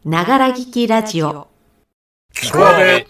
ながら聞きラジオ。 聞こえ。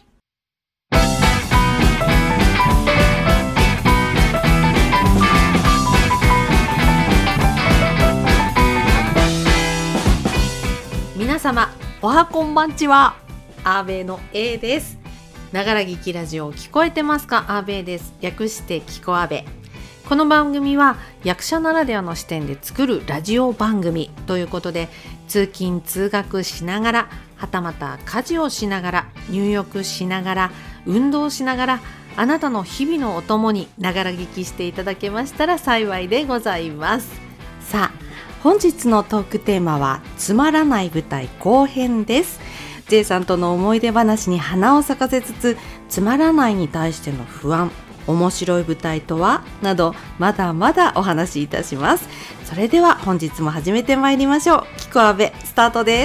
皆様おはこんばんちは。アーベイの A です。ながら聞きラジオ聞こえてますか？アーベイです。略して聞こアベ。この番組は役者ならではの視点で作るラジオ番組ということで、通勤通学しながら、はたまた家事をしながら、入浴しながら、運動しながら、あなたの日々のお供にながら聞きしていただけましたら幸いでございます。さあ、本日のトークテーマはつまらない舞台後編です。 J さんとの思い出話に花を咲かせつつ、つまらないに対しての不安、面白い舞台とはなど、まだまだお話しいたします。それでは本日も始めてまいりましょう。キコアベスタートです。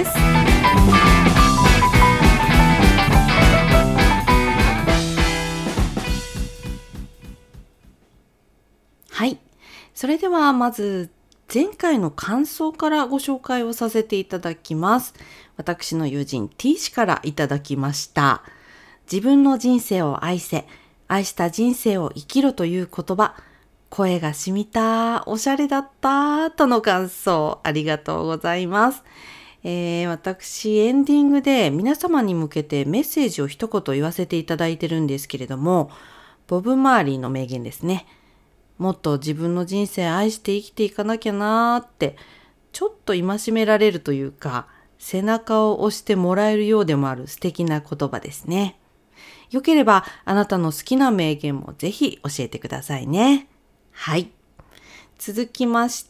はい、それではまず前回の感想からご紹介をさせていただきます。私の友人 T 氏からいただきました。自分の人生を愛せ、愛した人生を生きろという言葉、声が染みた、おしゃれだったとの感想、ありがとうございます。私エンディングで皆様に向けてメッセージを一言言わせていただいてるんですけれども、ボブ・マーリーの名言ですね。もっと自分の人生愛して生きていかなきゃなーって、ちょっと戒められるというか、背中を押してもらえるようでもある素敵な言葉ですね。よければあなたの好きな名言もぜひ教えてくださいね。はい。続きまして、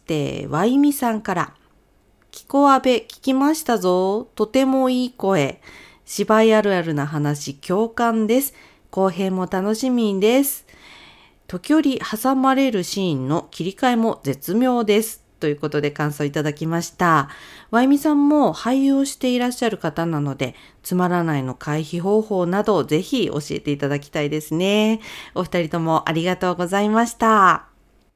ワイミさんから。キコアベ聞きましたぞ。とてもいい声。芝居あるあるな話共感です。後編も楽しみです。時折挟まれるシーンの切り替えも絶妙です。ということで感想いただきました。ワイミさんも俳優をしていらっしゃる方なので、つまらないの回避方法などをぜひ教えていただきたいですね。お二人ともありがとうございました。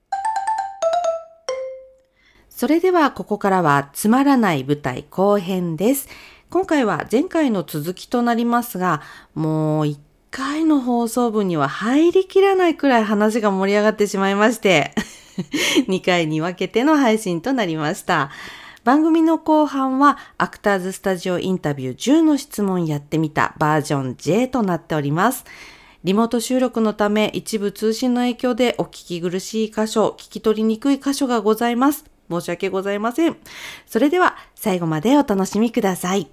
それではここからはつまらない舞台後編です。今回は前回の続きとなりますが、もう1回の放送分には入りきらないくらい話が盛り上がってしまいまして2回に分けての配信となりました。番組の後半はアクターズスタジオインタビュー10の質問やってみたバージョン J となっております。リモート収録のため一部通信の影響でお聞き苦しい箇所、聞き取りにくい箇所がございます。申し訳ございません。それでは最後までお楽しみください。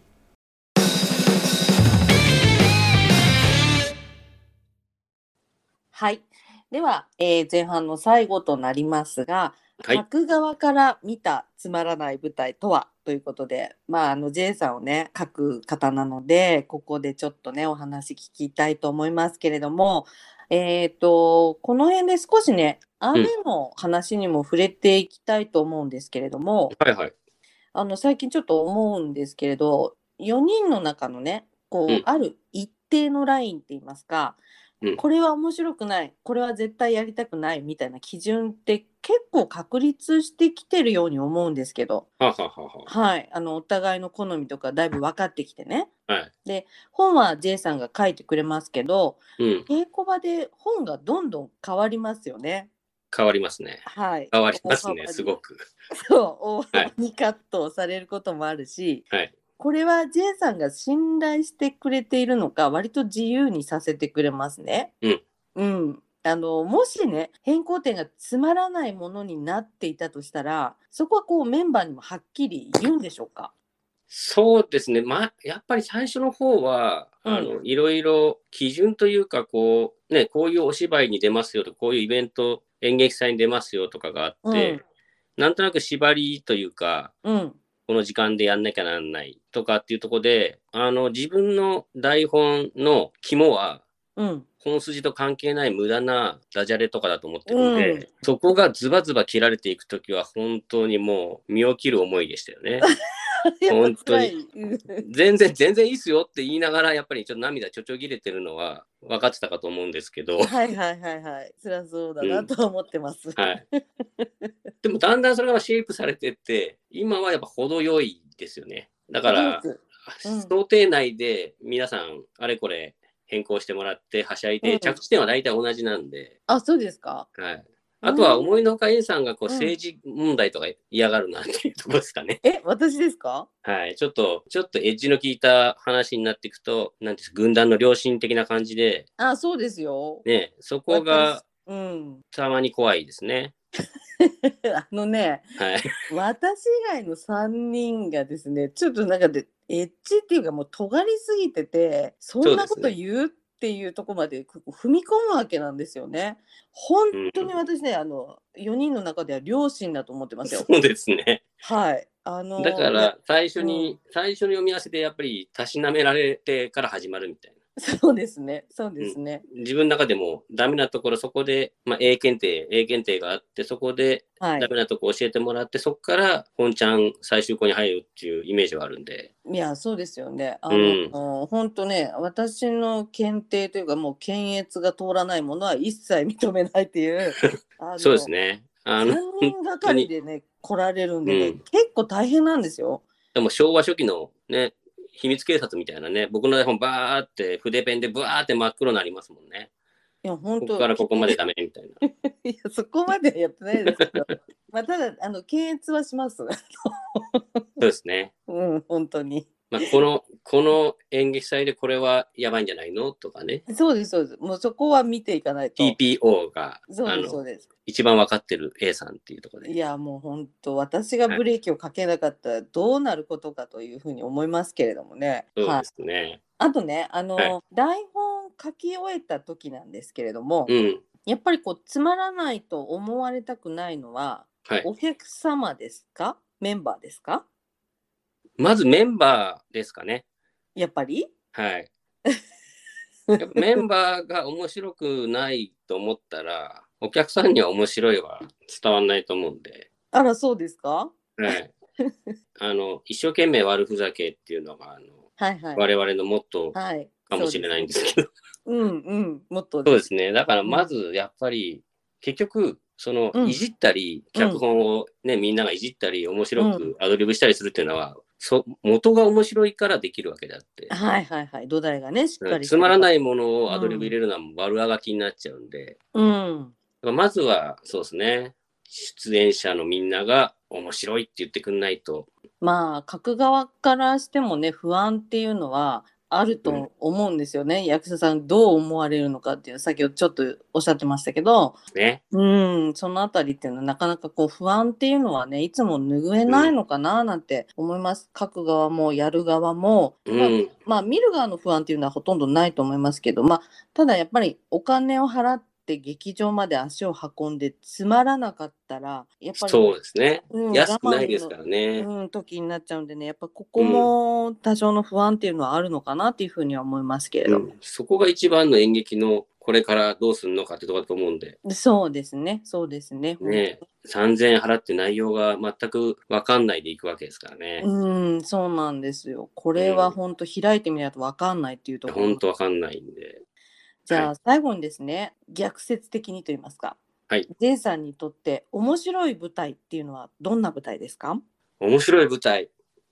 はい。では、前半の最後となりますが、 はい、 書く側から見たつまらない舞台とはということで、J さんをね、書く方なので、ここでちょっとね、お話聞きたいと思いますけれども、この辺で少しね、雨の話にも触れていきたいと思うんですけれども、 はいはい。 最近ちょっと思うんですけれど、4人の中のね、ある一定のラインって言いますか、これは面白くない、これは絶対やりたくないみたいな基準って結構確立してきてるように思うんですけど、 はははは。 はい、お互いの好みとかだいぶ分かってきてね。 はい。 で、本は J さんが書いてくれますけど、 うん。 稽古場で本がどんどん変わりますよね。 変わりますね。 はい。 変わりますね、すごく。 そう、大幅にカットされることもあるし、 はい。 これは J さんが信頼してくれているのか、割と自由にさせてくれますね。うん。もしね、変更点がつまらないものになっていたとしたら、そこはメンバーにもはっきり言うんでしょうか？ そうですね。やっぱり最初の方は、いろいろ基準というか、こういうお芝居に出ますよとか、こういうイベント、演劇祭に出ますよとかがあって、なんとなく縛りというか、この時間でやんなきゃならないとかっていうところで、自分の台本の肝は、本筋と関係ない無駄なダジャレとかだと思ってるんで、そこがズバズバ切られていくときは本当にもう身を切る思いでしたよね。本当に全然いいっすよって言いながら、やっぱりちょっと涙ちょちょぎれてるのは分かってたかと思うんですけど、 はいはいはいはい。そりゃそうだなと思ってます。 はい。でもだんだんそれがシェイプされてって、今はやっぱ程よいですよね。だから想定内で皆さんあれこれ変更してもらってはしゃいで、着地点は大体同じなんで。 あ、そうですか。 はい。あとは思いのほか A さんが政治問題とか嫌がるなっていうところですかね。 私ですか？ はい。ちょっとエッジの効いた話になっていくと、なんていうんですか、軍団の良心的な感じで。 そうですよ。 ね、そこがたまに怖いですね。はい、 私以外の3人がですね、ちょっとなんかでエッジっていうかもう尖りすぎてて、そんなこと言うっていうところまで踏み込むわけなんですよね。本当に私ね、4人の中では両親だと思ってますよ。 そうですね。 はい。 だから最初に読み合わせでやっぱりたしなめられてから始まるみたいな。 そうですね。そうですね。 自分の中でもダメなところ、そこで、A 検定があって、そこでダメなとこ教えてもらって、そこから本ちゃん最終校に入るっていうイメージがあるんで。 いや、そうですよね。本当ね、私の検定というか、もう検閲が通らないものは一切認めないっていう。 そうですね。 3人がかりでね、来られるんでね、結構大変なんですよ。 でも昭和初期のね、秘密警察みたいなね、僕の台本バーって筆ペンでブワーって真っ黒になりますもんね。 いや、本当。 ここからここまでダメみたいな。 いや、そこまではやってないですけど。ただ、検閲はします。 そうですね。 本当に。 この演劇祭でこれはやばいんじゃないのとかね。 そうです、そうです。もうそこは見ていかないと。 TPO が、 そうです。 一番分かってる A さんっていうところで。 いや、もう本当、私がブレーキをかけなかったらどうなることかというふうに思いますけれどもね。 そうですね。 あとね、台本書き終えた時なんですけれども、やっぱりつまらないと思われたくないのは、お客様ですか？メンバーですか？ まずメンバーですかね。 やっぱり？ はい。やっぱメンバーが面白くないと思ったら、お客さんには面白いは伝わんないと思うんで。 あら、そうですか？ はい。一生懸命悪ふざけっていうのが、我々のモットーかもしれないんですけど。 もっと。 そうですね。だからまずやっぱり、結局、いじったり、脚本をね、みんながいじったり、面白くアドリブしたりするっていうのは、元が面白いからできるわけであって。 土台がね、しっかりつまらないものをアドリブ入れるのは悪あがきになっちゃうんで。まずは、そうですね。出演者のみんなが面白いって言ってくんないと。 書く側からしてもね、不安っていうのはあると思うんですよね。役者さんどう思われるのかっていう、先ほどちょっとおっしゃってましたけど、そのあたりっていうのはなかなか不安っていうのはね、いつも拭えないのかななんて思います。書く側もやる側も、見る側の不安っていうのはほとんどないと思いますけど、ただやっぱりお金を払って劇場まで足を運んでつまらなかったら、やっぱりそうですね。安くないですからね。 時になっちゃうんでね、やっぱここも多少の不安っていうのはあるのかなっていうふうには思いますけれども。 そこが一番の演劇のこれからどうするのかってところだと思うんで。 そうですね。ね、 3000円払って内容が全く分かんないでいくわけですからね。 そうなんですよ。これは本当開いてみないと分かんないっていうところ。 本当分かんないんで。 じゃあ最後にですね、逆説的にと言いますか。J さんにとって面白い舞台っていうのはどんな舞台ですか？ 面白い舞台。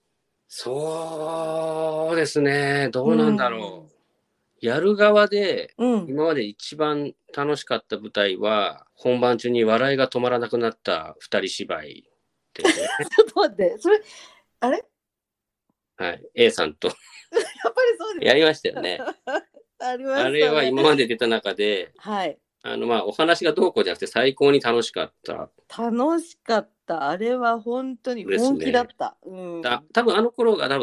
そうですね。どうなんだろう。やる側で、今まで一番楽しかった舞台は、本番中に笑いが止まらなくなった二人芝居ですね。 ちょっと待って、それ、あれ？ はい、A さんと。 やっぱりそうです。 やりましたよね。 ありましたね。 あれは今まで出た中で、お話がどうこうじゃなくて最高に楽しかった。 楽しかった。あれは本当に本気だった。 多分あの頃が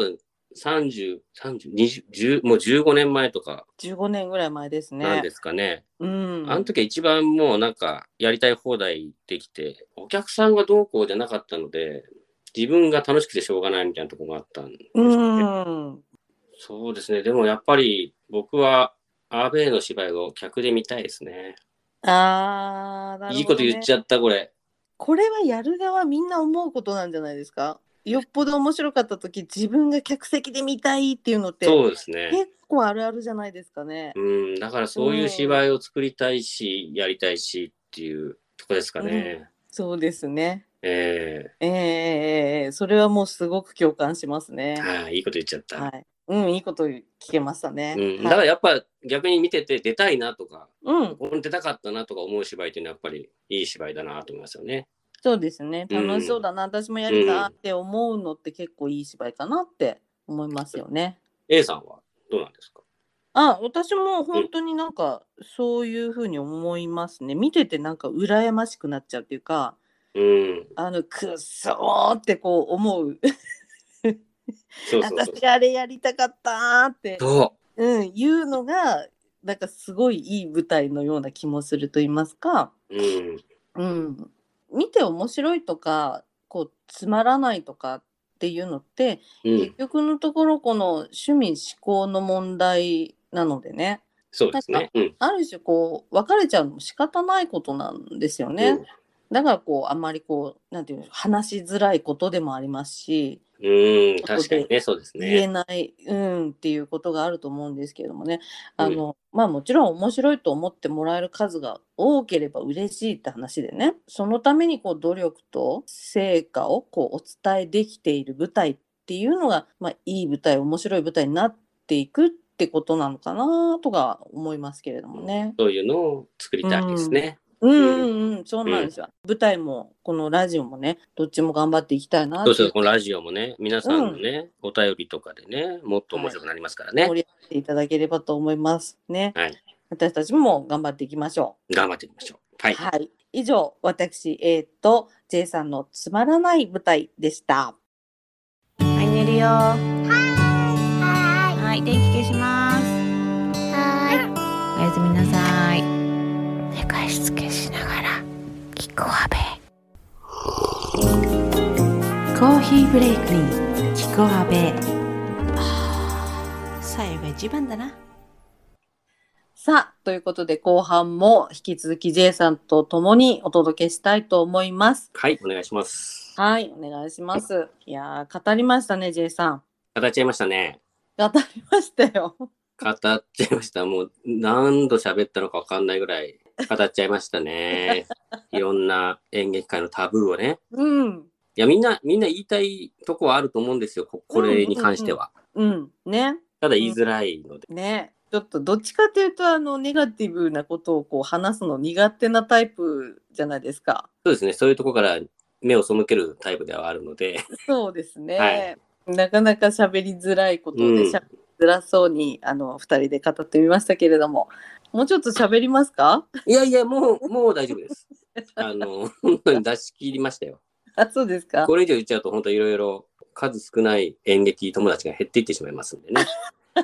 30、20、もう15年前とか。 15年ぐらい前ですね。 なんですかね。あの時は一番もうなんかやりたい放題できて、お客さんがどうこうじゃなかったので、自分が楽しくてしょうがないみたいなところがあったんですね。そうですね。でもやっぱり僕はアーベイの芝居を客で見たいですね。 なるほどね。 いいこと言っちゃった、これ。 これはやる側みんな思うことなんじゃないですか？よっぽど面白かった時、自分が客席で見たいっていうのって、 そうですね。 結構あるあるじゃないですかね。 だからそういう芝居を作りたいし、やりたいしっていうとこですかね。 そうですね。 それはもうすごく共感しますね。 いいこと言っちゃった。 はい。いいこと聞けましたね。 だからやっぱ逆に見てて出たいなとか、 ここれ出たかったなとか思う芝居っていうのはやっぱりいい芝居だなと思いますよね。 そうですね。楽しそうだな、私もやりたいって思うのって結構いい芝居かなって思いますよね。 A さんはどうなんですか？ 私も本当になんかそういうふうに思いますね。見ててなんか羨ましくなっちゃうっていうか、くっそーってこう思う。私あれやりたかったっていうのがなんかすごいいい舞台のような気もすると言いますか、見て面白いとかこうつまらないとかっていうのって、結局のところこの趣味嗜好の問題なのでね。 そうですね。 ある種こう別れちゃうのも仕方ないことなんですよね。だからこうあんまりこうなんていうの話しづらいことでもありますし、 確かにね、そうですね。 言えないっていうことがあると思うんですけれどもね。もちろん面白いと思ってもらえる数が多ければ嬉しいって話でね。そのためにこう努力と成果をこうお伝えできている舞台っていうのが、いい舞台、面白い舞台になっていくってことなのかなとか思いますけれどもね。 そういうのを作りたいですね。 そうなんですよ。舞台もこのラジオもね、どっちも頑張っていきたいなって。 そう、このラジオもね、皆さんのね、お便りとかでね、もっと面白くなりますからね。 盛り上げていただければと思いますね。私たちも頑張っていきましょう。頑張っていきましょう。はい。 以上、私 A と J さんのつまらない舞台でした。はい、寝るよ。はい、電気消します。おやすみなさい。寝かしつけしながら聞くわべ。コーヒーブレイクに聞くわべ。最後が一番だな。さあ、ということで後半も引き続き J さんと共にお届けしたいと思います。 はい、お願いします。 はい、お願いします。いやー、語りましたね、J さん。 語っちゃいましたね。 語りましたよ。 語っちゃいました。もう何度喋ったのか分かんないぐらい語っちゃいましたね。いろんな演劇界のタブーをね。いや、みんな言いたいとこはあると思うんですよ。これに関しては。 ね。 ただ言いづらいので。 ね。ちょっとどっちかというとネガティブなことをこう話すの苦手なタイプじゃないですか。 そうですね。そういうとこから目を背けるタイプではあるので。 そうですね。なかなか喋りづらいことで喋りづらそうに2人で語ってみましたけれども、もうちょっと喋りますか？ いやもう大丈夫です。本当に出し切りましたよ。 そうですか。 これ以上言っちゃうと本当いろいろ数少ない演劇友達が減っていってしまいますんでね。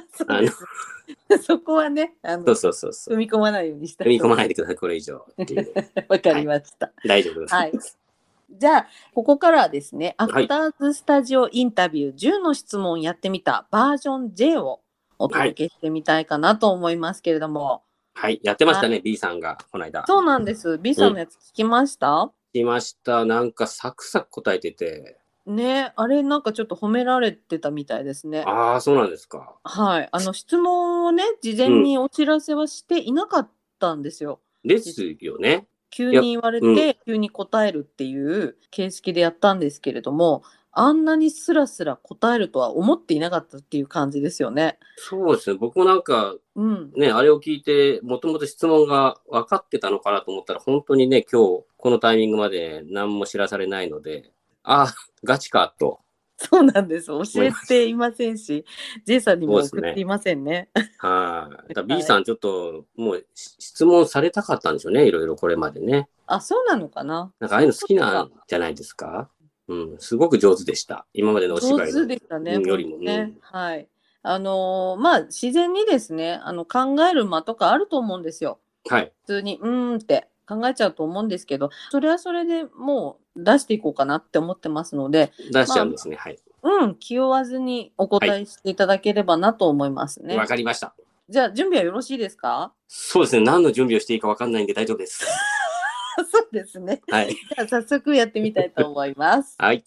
そこはね、 そう踏み込まないようにしたい。 踏み込まないでください、これ以上っていう。 わかりました。 大丈夫です。 じゃあここからはですね、アフターズスタジオインタビュー10の質問やってみたバージョン J をお届けしてみたいかなと思いますけれども。 はい、やってましたね、B さんがこの間。 そうなんです。B さんのやつ聞きました？ 聞きました。なんかサクサク答えてて。 ね、あれなんかちょっと褒められてたみたいですね。 そうなんですか。 はい、質問をね、事前にお知らせはしていなかったんですよ。 ですよね。 急に言われて、急に答えるっていう形式でやったんですけれども、あんなにスラスラ答えるとは思っていなかったっていう感じですよね。 そうですね。僕もなんか、あれを聞いて、もともと質問が分かってたのかなと思ったら、本当にね、今日、このタイミングまで何も知らされないので、ガチかと。 そうなんです。教えていませんし、J さんにも送っていませんね。 B さんちょっともう質問されたかったんでしょうね、いろいろこれまでね。 そうなのかな。 なんかああいうの好きなんじゃないですか。すごく上手でした。今までのお芝居上手でしたね。 よりもね。 はい。自然にですね、考える間とかあると思うんですよ。 はい。 普通にって考えちゃうと思うんですけど、それはそれでもう出していこうかなって思ってますので、 出しちゃうんですね。はい。 気負わずにお答えしていただければなと思いますね。 わかりました。 じゃあ準備はよろしいですか？ そうですね。何の準備をしていいかわかんないんで大丈夫です。 そうですね。 はい。 じゃあ早速やってみたいと思います。 はい。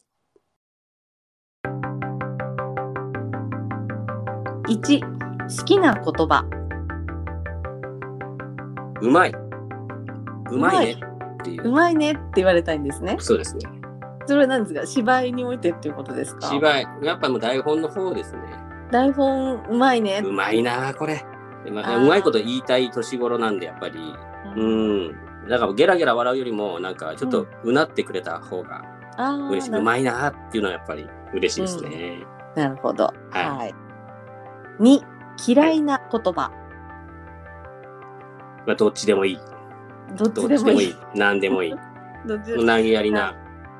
1、好きな言葉。 うまいねっていう。 うまいねって言われたいんですね。 そうですね。 それは何ですか？芝居においてっていうことですか？ 芝居、やっぱもう台本の方ですね。 台本うまいね。 うまいなこれ。うまいこと言いたい年頃なんで、やっぱり。だからゲラゲラ笑うよりも、なんかちょっとうなってくれた方が嬉しい。うまいなっていうのはやっぱり嬉しいですね。 なるほど。はい。2、嫌いな言葉。 どっちでもいい。どっちでもいい。何でもいい。投げやりな。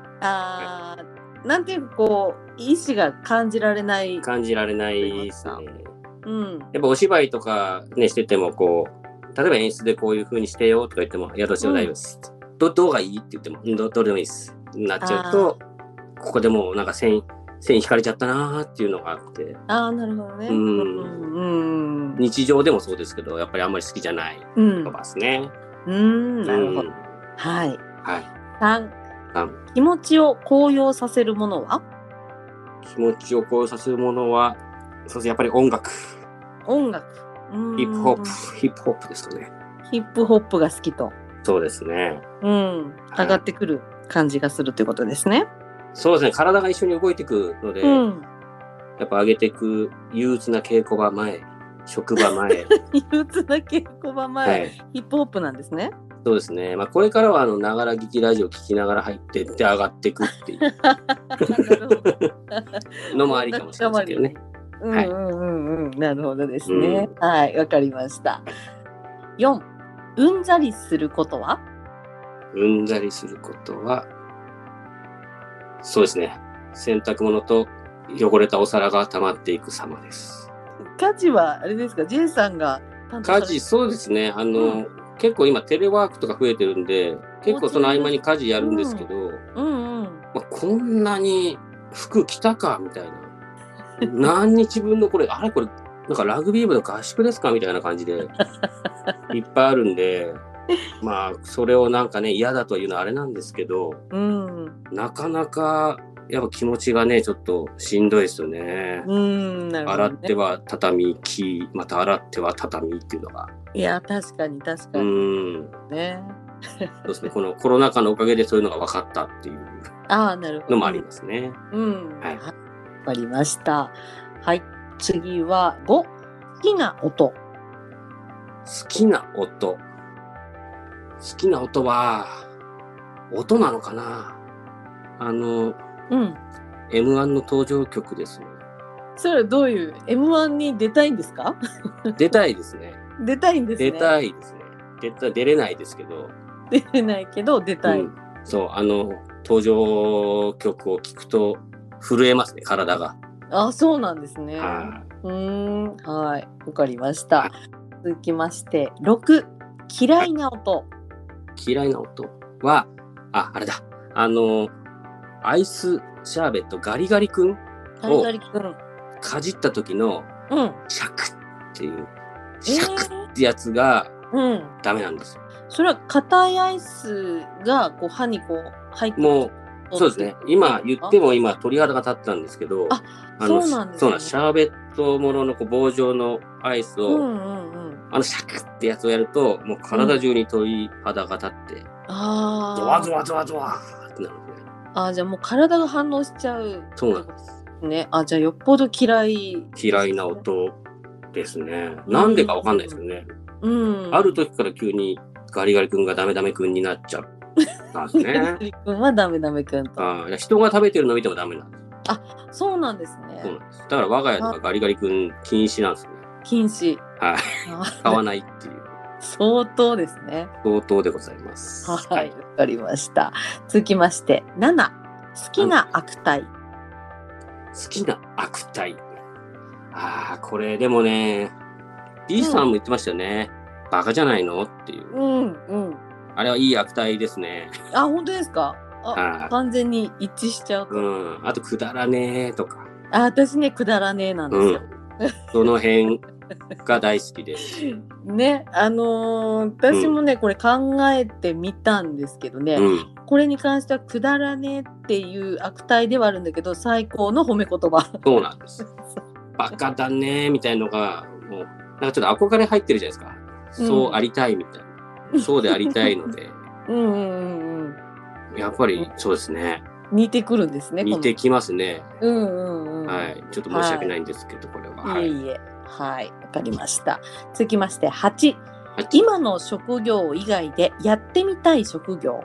なんていうかこう意志が感じられない。 感じられないですね。やっぱお芝居とかねしててもこう、例えば演出でこういう風にしてよとか言っても、いやどうしよう大丈夫です。どうがいいって言っても、どうでもいいです。なっちゃうと、ここでもうなんか線引かれちゃったなーっていうのがあって。 なるほどね。 日常でもそうですけど、やっぱりあんまり好きじゃない言葉ですね。 なるほど。はい。3、気持ちを高揚させるものは？ 気持ちを高揚させるものは、そうです。やっぱり音楽。ヒップホップですかね。 ヒップホップが好きと。 そうですね。 上がってくる感じがするということですね。 そうですね。体が一緒に動いていくので、やっぱ上げていく憂鬱な稽古場前、職場前。 憂鬱な稽古場前、ヒップホップなんですね。 そうですね。これからはながら聞きラジオ聞きながら入っていって上がっていくっていうのもありかもしれないですけどね。 なるほどですね。はい、わかりました。4、うんざりすることは？ うんざりすることは、そうですね。洗濯物と汚れたお皿が溜まっていく様です。 家事はあれですか？ J さんが担当されて？家事、そうですね。結構今テレワークとか増えてるんで、結構その合間に家事やるんですけど、こんなに服着たかみたいな。何日分のこれなんかラグビー部の合宿ですかみたいな感じでいっぱいあるんで、それをなんかね、嫌だというのはあれなんですけど、なかなかやっぱ気持ちがね、ちょっとしんどいですよね。洗っては畳また洗っては畳っていうのが。 いや、確かに。ね。 そうですね。このコロナ禍のおかげでそういうのが分かったっていうのもありますね。 わかりました。はい。次は5、好きな音。 好きな音。好きな音は、音なのかな？M1 の登場曲ですね。 それはどういう M1 に出たいんですか？ 出たいですね。 出たいんですね。 出たいですね。出れないですけど。 出れないけど出たい。 そう、登場曲を聞くと震えますね、体が。 そうなんですね。はい、わかりました。続きまして6、嫌いな音。 嫌いな音は、あれだ。アイスシャーベットガリガリ君をかじった時のシャクっていうシャクってやつがダメなんですよ。 それは硬いアイスがこう歯にこう入ってもうそうですね。今言っても鳥肌が立ったんですけど、 そうなんですね。 シャーベットものの棒状のアイスをシャクってやつをやるともう体中に鳥肌が立ってゾワゾワゾワゾワってなるんですね。 じゃあもう体が反応しちゃう。 そうなんですね。じゃあよっぽど嫌いな音ですね。なんでかわかんないですけどね。ある時から急にガリガリ君がダメダメ君になっちゃったんですね。ガリガリ君はダメダメ君と。 人が食べてるの見てもダメなんです。 そうなんですね。 そうなんです。だから我が家とかガリガリ君禁止なんですね。 禁止。 はい。買わないっていう。 相当ですね。 相当でございます。 はい、わかりました。続きまして7、好きな悪態。 好きな悪態。これでもね、B さんも言ってましたよね。バカじゃないのっていう。あれはいい悪態ですね。 本当ですか？完全に一致しちゃうと。 あとくだらねえとか。 私ね、くだらねえなんですよ。 その辺が大好きです。 ね、私もね、これ考えてみたんですけどね、これに関してはくだらねえっていう悪態ではあるんだけど、最高の褒め言葉。 そうなんです。バカだねみたいのがもうなんかちょっと憧れ入ってるじゃないですか。そうありたいみたいな。そうでありたいので。やっぱりそうですね。 似てくるんですね。 似てきますね。 はい。 ちょっと申し訳ないんですけど、これは。 いえいえ。はい。わかりました。続きまして8。今の職業以外でやってみたい職業。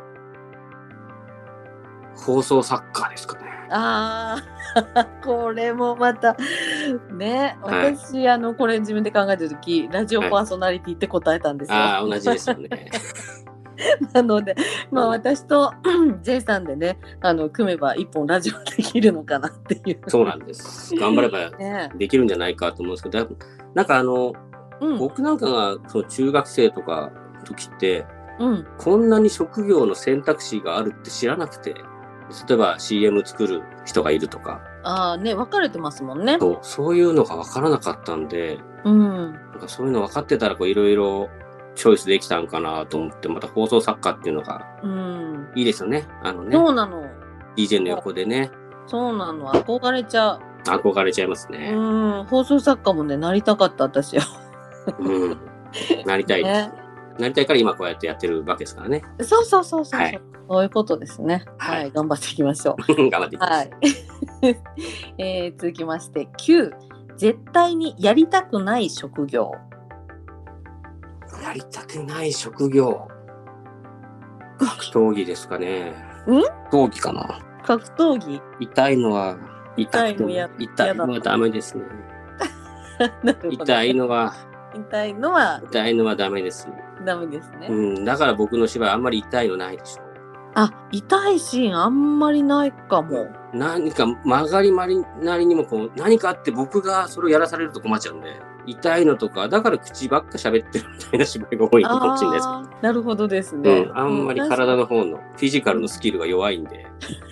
放送作家ですかね。 これもまたね、私、これ自分で考えてるとき、ラジオパーソナリティって答えたんですよ。 同じですよね。 なので、私と J さんでね、組めば一本ラジオできるのかなっていう。 そうなんです。頑張ればできるんじゃないかと思うんですけど、なんか僕なんかがその中学生とか時って、こんなに職業の選択肢があるって知らなくて、例えば CM 作る人がいるとか。 分かれてますもんね。 そういうのが分からなかったんで、なんかそういうの分かってたらいろいろチョイスできたんかなと思って、また放送作家っていうのがいいですよね。 そうなの。 DJ の横でね。 そうなの。憧れちゃう。 憧れちゃいますね。 放送作家もね、なりたかった私は。 なりたいです。なりたいから今こうやってやってるわけですからね。 そう。そういうことですね。はい。頑張っていきましょう。 頑張っていきましょう。続きまして9。絶対にやりたくない職業。 やりたくない職業。格闘技ですかね。格闘技かな。 格闘技。 痛いのはダメですね。痛いのはダメです。 ダメですね。 だから僕の芝居あんまり痛いのないでしょ。 痛いシーンあんまりないかも。 何か曲がりなりにも何かあって僕がそれをやらされると困っちゃうんで、痛いのとか、だから口ばっか喋ってるみたいな芝居が多いのかもしれないですけど。 なるほどですね。 あんまり体の方のフィジカルのスキルが弱いんで、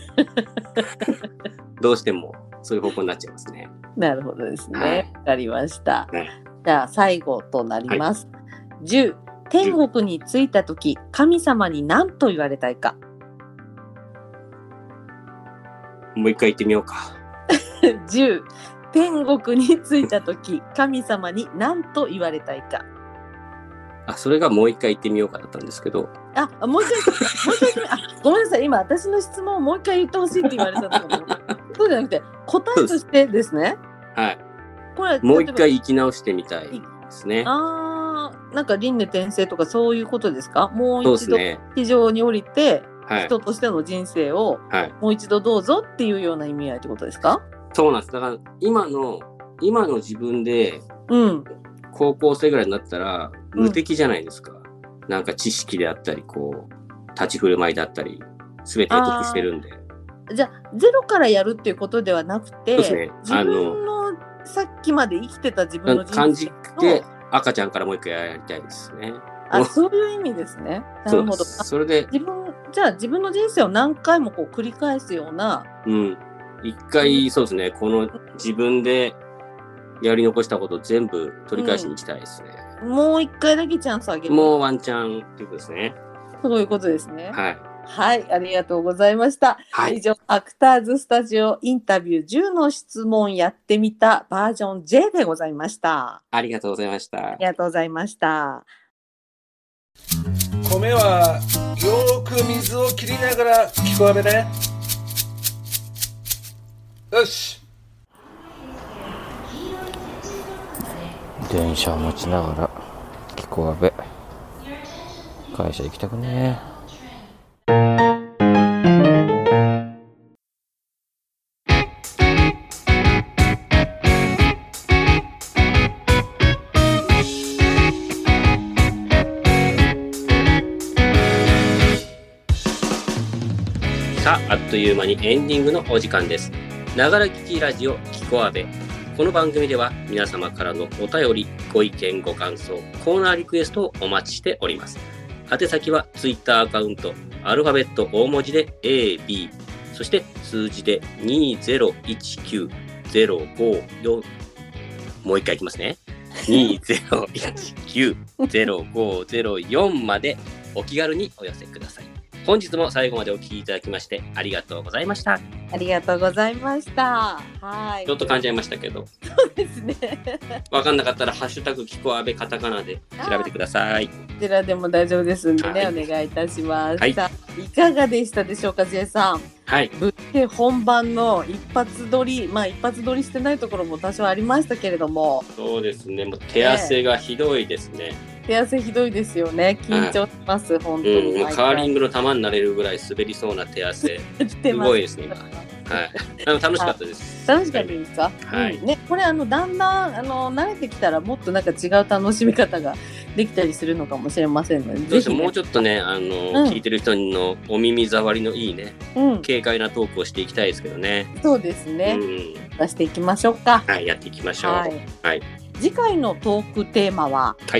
どうしてもそういう方向になっちゃいますね。 なるほどですね。わかりました。じゃあ最後となります。10、天国に着いたとき、神様に何と言われたいか。 もう一回言ってみようか。 10、天国に着いたとき、神様に何と言われたいか。 それがもう一回言ってみようかだったんですけど。 もう一回ごめんなさい、今私の質問をもう一回言ってほしいって言われたのかな。そうじゃなくて、答えとしてですね。 はい。これもう一回生き直してみたいですね。 なんか輪廻転生とかそういうことですか？もう一度地上に降りて、人としての人生をもう一度どうぞっていうような意味合いってことですか？ そうなんです。だから今の自分で、高校生ぐらいになったら無敵じゃないですか。なんか知識であったり、立ち振る舞いだったり、すべて得してるんで。 じゃあゼロからやるっていうことではなくて、 そうですね、 自分のさっきまで生きてた自分の人生感じて赤ちゃんからもう一回やりたいですね。 そういう意味ですね。なるほど。 それで自分の人生を何回も繰り返すような。 一回そうですね。この自分でやり残したことを全部取り返しに行きたいですね。 もう一回だけチャンスあげる。 もうワンチャンっていうことですね。 そういうことですね。 はい、 ありがとうございました。以上、アクターズスタジオインタビュー10の質問やってみたバージョン J でございました。 ありがとうございました。 ありがとうございました。 米はよく水を切りながら聞こえべね。よし。 電車を待ちながら聞こえべ。会社行きたくねえ。 あっという間にエンディングのお時間です。ながら聞きラジオキコアベ。この番組では皆様からのお便り、ご意見、ご感想、コーナーリクエストをお待ちしております。宛先はツイッターアカウント、アルファベット大文字で AB、そして数字で2019-054、もう一回いきますね。2019-0504までお気軽にお寄せください。 本日も最後までお聞きいただきましてありがとうございました。 ありがとうございました。はい。 ちょっと噛んじゃいましたけど、 そうですね。 わかんなかったらハッシュタグキコアベカタカナで調べてください。 こちらでも大丈夫ですんでね、 はい、 お願いいたします。 はい、 さあいかがでしたでしょうか、J さん。 はい、 ぶっけ本番の一発撮り、まあ一発撮りしてないところも多少ありましたけれども、 そうですね。もう手汗がひどいですね。 手汗ひどいですよね。緊張します、本当に。 もうカーリングの球になれるぐらい滑りそうな手汗。すごいですね。はい。楽しかったです。 楽しかったですか？ はい。 ね、これだんだん慣れてきたらもっとなんか違う楽しみ方ができたりするのかもしれませんので、 ぜひ、ね、もうちょっとね、聞いてる人のお耳障りのいいね、軽快なトークをしていきたいですけどね。 そうですね。出していきましょうか。 はい、やっていきましょう。はい。 次回のトークテーマは、 はい、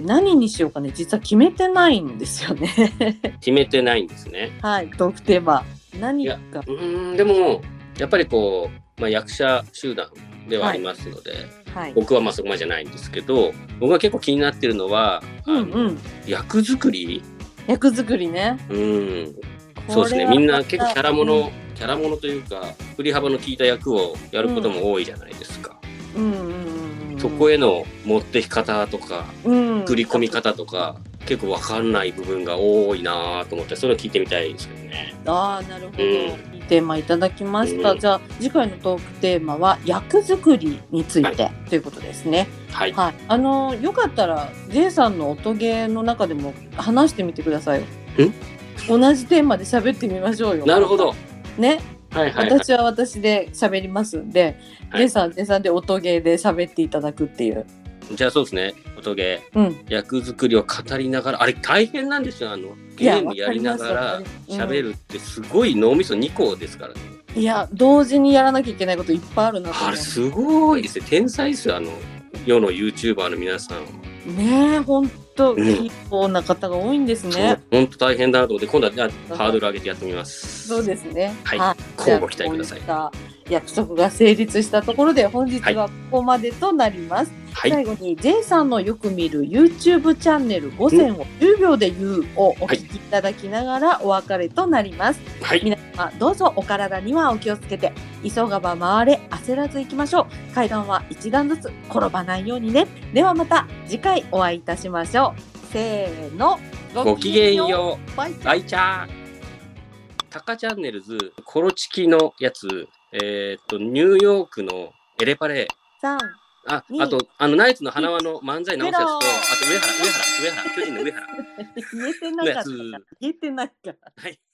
何にしようかね、実は決めてないんですよね。 決めてないんですね。 はい、トークテーマ何か。 でもやっぱりこう、役者集団ではありますので、はい、僕はそこまでじゃないんですけど、僕が結構気になってるのは、役作り。 役作りね。 そうですね。みんな結構キャラものというか振り幅の効いた役をやることも多いじゃないですか。そこへの持ってき方とか、振り込み方とか結構分かんない部分が多いなと思って、それを聞いてみたいですけどね。 なるほど、いいテーマいただきました。じゃあ次回のトークテーマは役作りについて、ということですね。はい、よかったら J さんの音ゲーの中でも話してみてくださいよ。同じテーマで喋ってみましょうよ。 なるほどね。私は私で喋りますんで、J さんで音ゲーで喋っていただくっていう。 じゃあそうですね、音ゲー、役作りを語りながら、あれ大変なんですよ。ゲームやりながら喋るってすごい脳みそ2個ですからね。 いや、同時にやらなきゃいけないこといっぱいあるなと思う。 あれすごいですね。天才ですよ、世の YouTuber の皆さん。 ねえ、ほんといいな方が多いんですね。 ほんと大変だなと思って、今度はハードル上げてやってみます。 そうですね。 はい。交互期待ください。 約束が成立したところで本日はここまでとなります。最後に J さんのよく見る YouTube チャンネル5選を10秒で言うをお聞きいただきながらお別れとなります。皆様どうぞお体にはお気をつけて、急がば回れ焦らず行きましょう。階段は一段ずつ転ばないようにね。ではまた次回お会いいたしましょう。せーの、 ごきげんよう。バイチャー。タカチャンネルズコロチキのやつ、ニューヨークのエレパレー、あとナイツの花輪の漫才直すやつと、あと上原巨人の上原言えてなかった。言えてないから。はい。